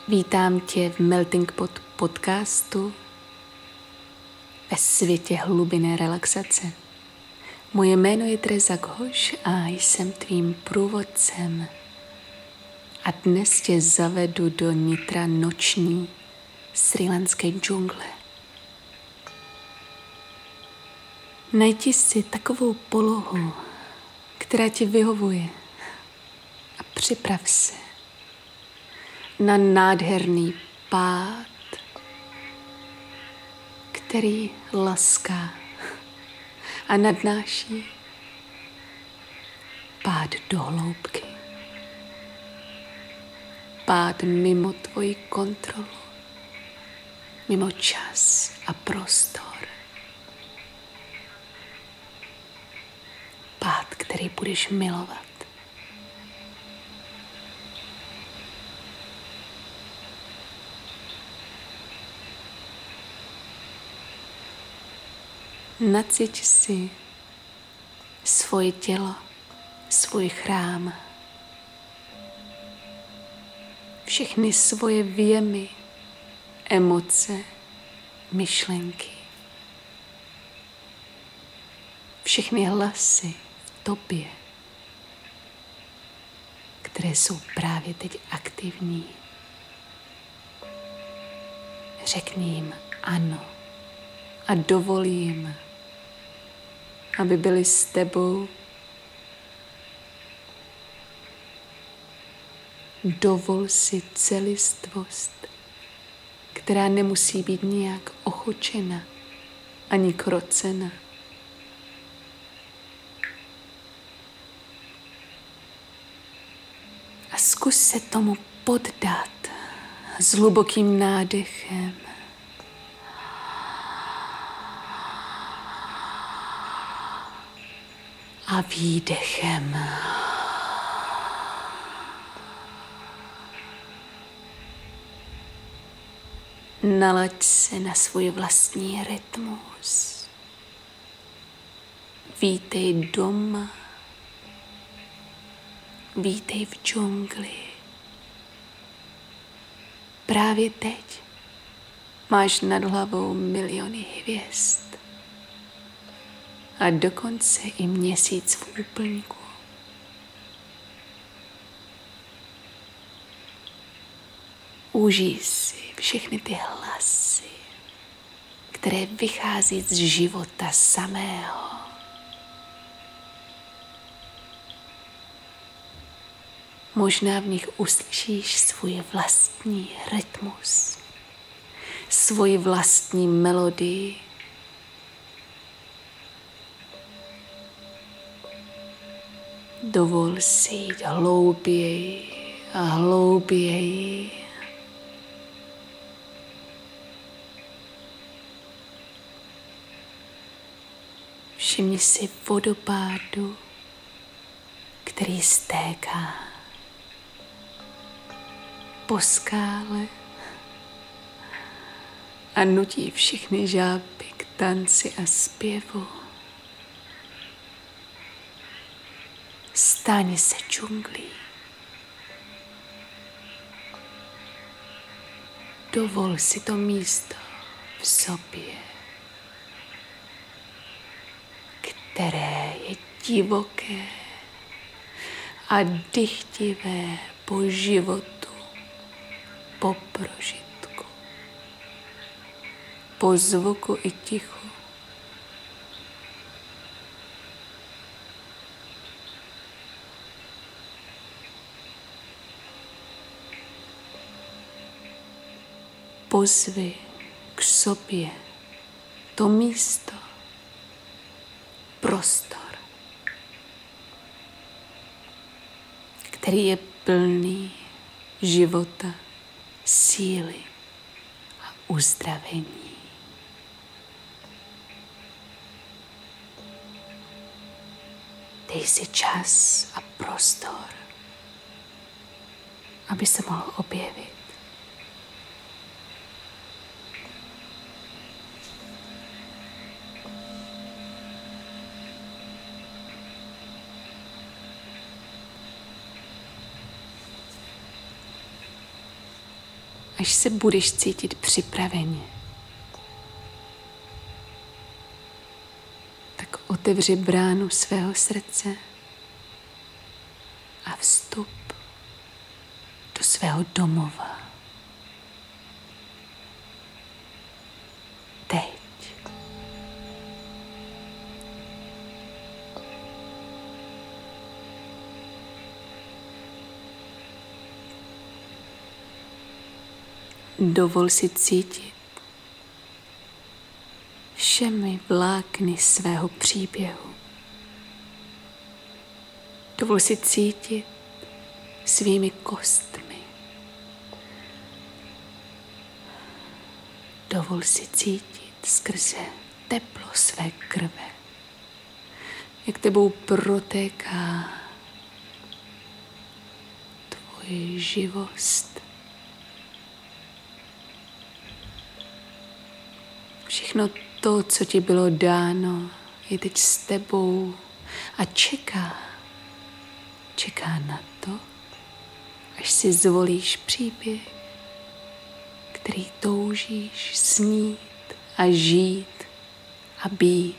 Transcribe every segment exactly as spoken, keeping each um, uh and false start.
Vítám tě v Melting Pot podcastu ve světě hlubinné relaxace. Moje jméno je Teresa Ghosh a jsem tvým průvodcem. A dnes tě zavedu do nitra noční srílanské džungle. Najdi si takovou polohu, která ti vyhovuje, a připrav se na nádherný pád, který laská a nadnáší, pád do hloubky, pád mimo tvoji kontrolu, mimo čas a prostor, pád, který budeš milovat. Nacíť si svoje tělo, svůj chrám, všechny svoje věmy, emoce, myšlenky, všechny hlasy v tobě, které jsou právě teď aktivní. Řekni jim ano a dovol jim, aby byli s tebou. Dovol si celistvost, která nemusí být nijak ochočena ani krocena. A zkus se tomu poddat s hlubokým nádechem a výdechem. Nalaď se na svůj vlastní rytmus. Vítej doma. Vítej v džungli. Právě teď máš nad hlavou miliony hvězd a dokonce i měsíc v úplňku. Užij si všechny ty hlasy, které vychází z života samého. Možná v nich uslyšíš svůj vlastní rytmus, svoji vlastní melodii. Dovol si jít hlouběji a hlouběji. Všimni si vodopádu, který stéká po skále a nutí všechny žáby k tanci a zpěvu. Staň se džunglí. Dovol si to místo v sobě, které je divoké a dychtivé po životu, po prožitku, po zvuku i tichu. Pozvi k sobě to místo, prostor, který je plný života, síly a uzdravení. Dej si čas a prostor, aby se mohl objevit. až se budeš cítit připraveně, tak otevři bránu svého srdce a vstup do svého domova. Teď. Dovol si cítit všemi vlákny svého příběhu. Dovol si cítit svými kostmi. Dovol si cítit skrze teplo své krve, jak tebou protéká tvoje živost. Všechno to, co ti bylo dáno, je teď s tebou a čeká. Čeká na to, až si zvolíš příběh, který toužíš snít a žít a být.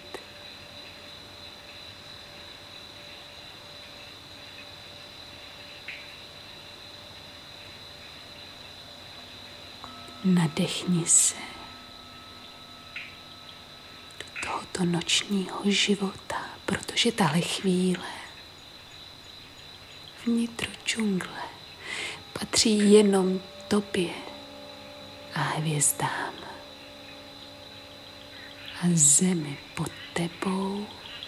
Nadechni se do tohoto nočního života, protože tahle chvíle vnitro džungle patří jenom tobě a hvězdám a zemi pod tebou.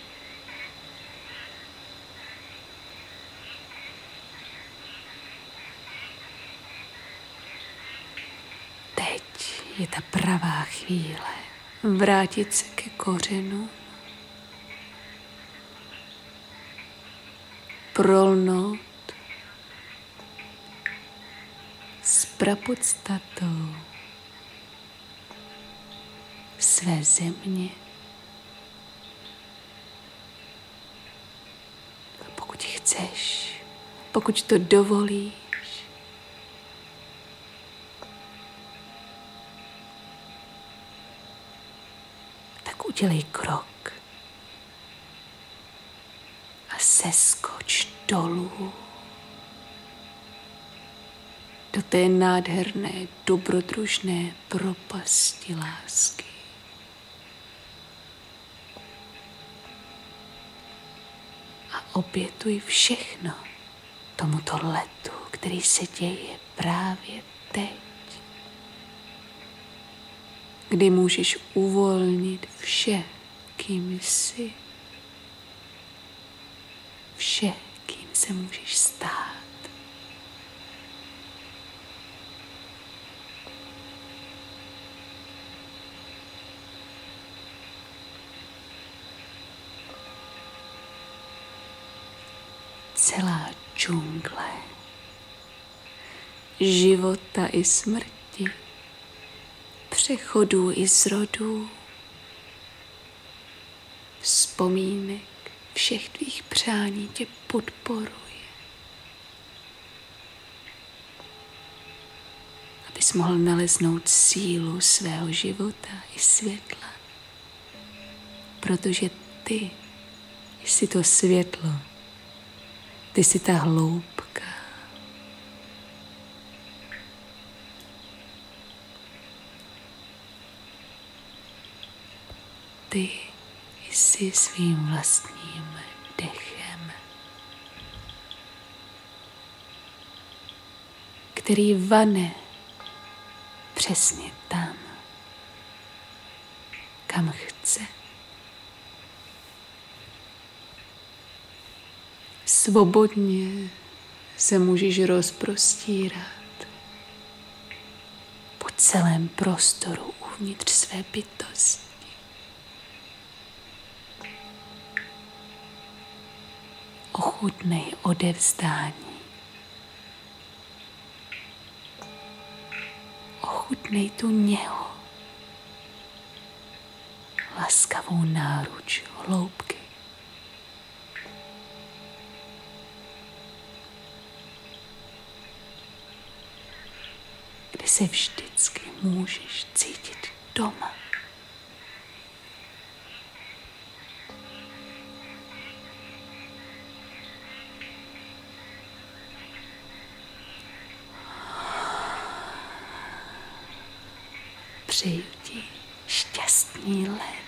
Teď je ta pravá chvíle vrátit se ke kořenu, prolnout s prapodstatou své země. A pokud chceš, pokud to dovolíš, tak udělej krok a seskoč dolů do té nádherné, dobrodružné propasti lásky. A obětuj všechno tomuto letu, který se děje právě teď, kdy můžeš uvolnit vše, kým jsi, vše, kým se můžeš stát. Celá džungle života i smrti, přechodů i zrodů, vzpomínek všech tvých přání tě podporuje, abys mohl naleznout sílu svého života i světla, protože ty jsi to světlo. Ty jsi ta hloubka. Ty jsi svým vlastním dechem, který vane přesně tam, kam chce. Svobodně se můžeš rozprostírat po celém prostoru uvnitř své bytosti. Ochutnej odevzdání. Ochutnej tu něho, laskavou náruč hloubky. Kde se vždycky můžeš cítit doma. Přeju ti šťastný let.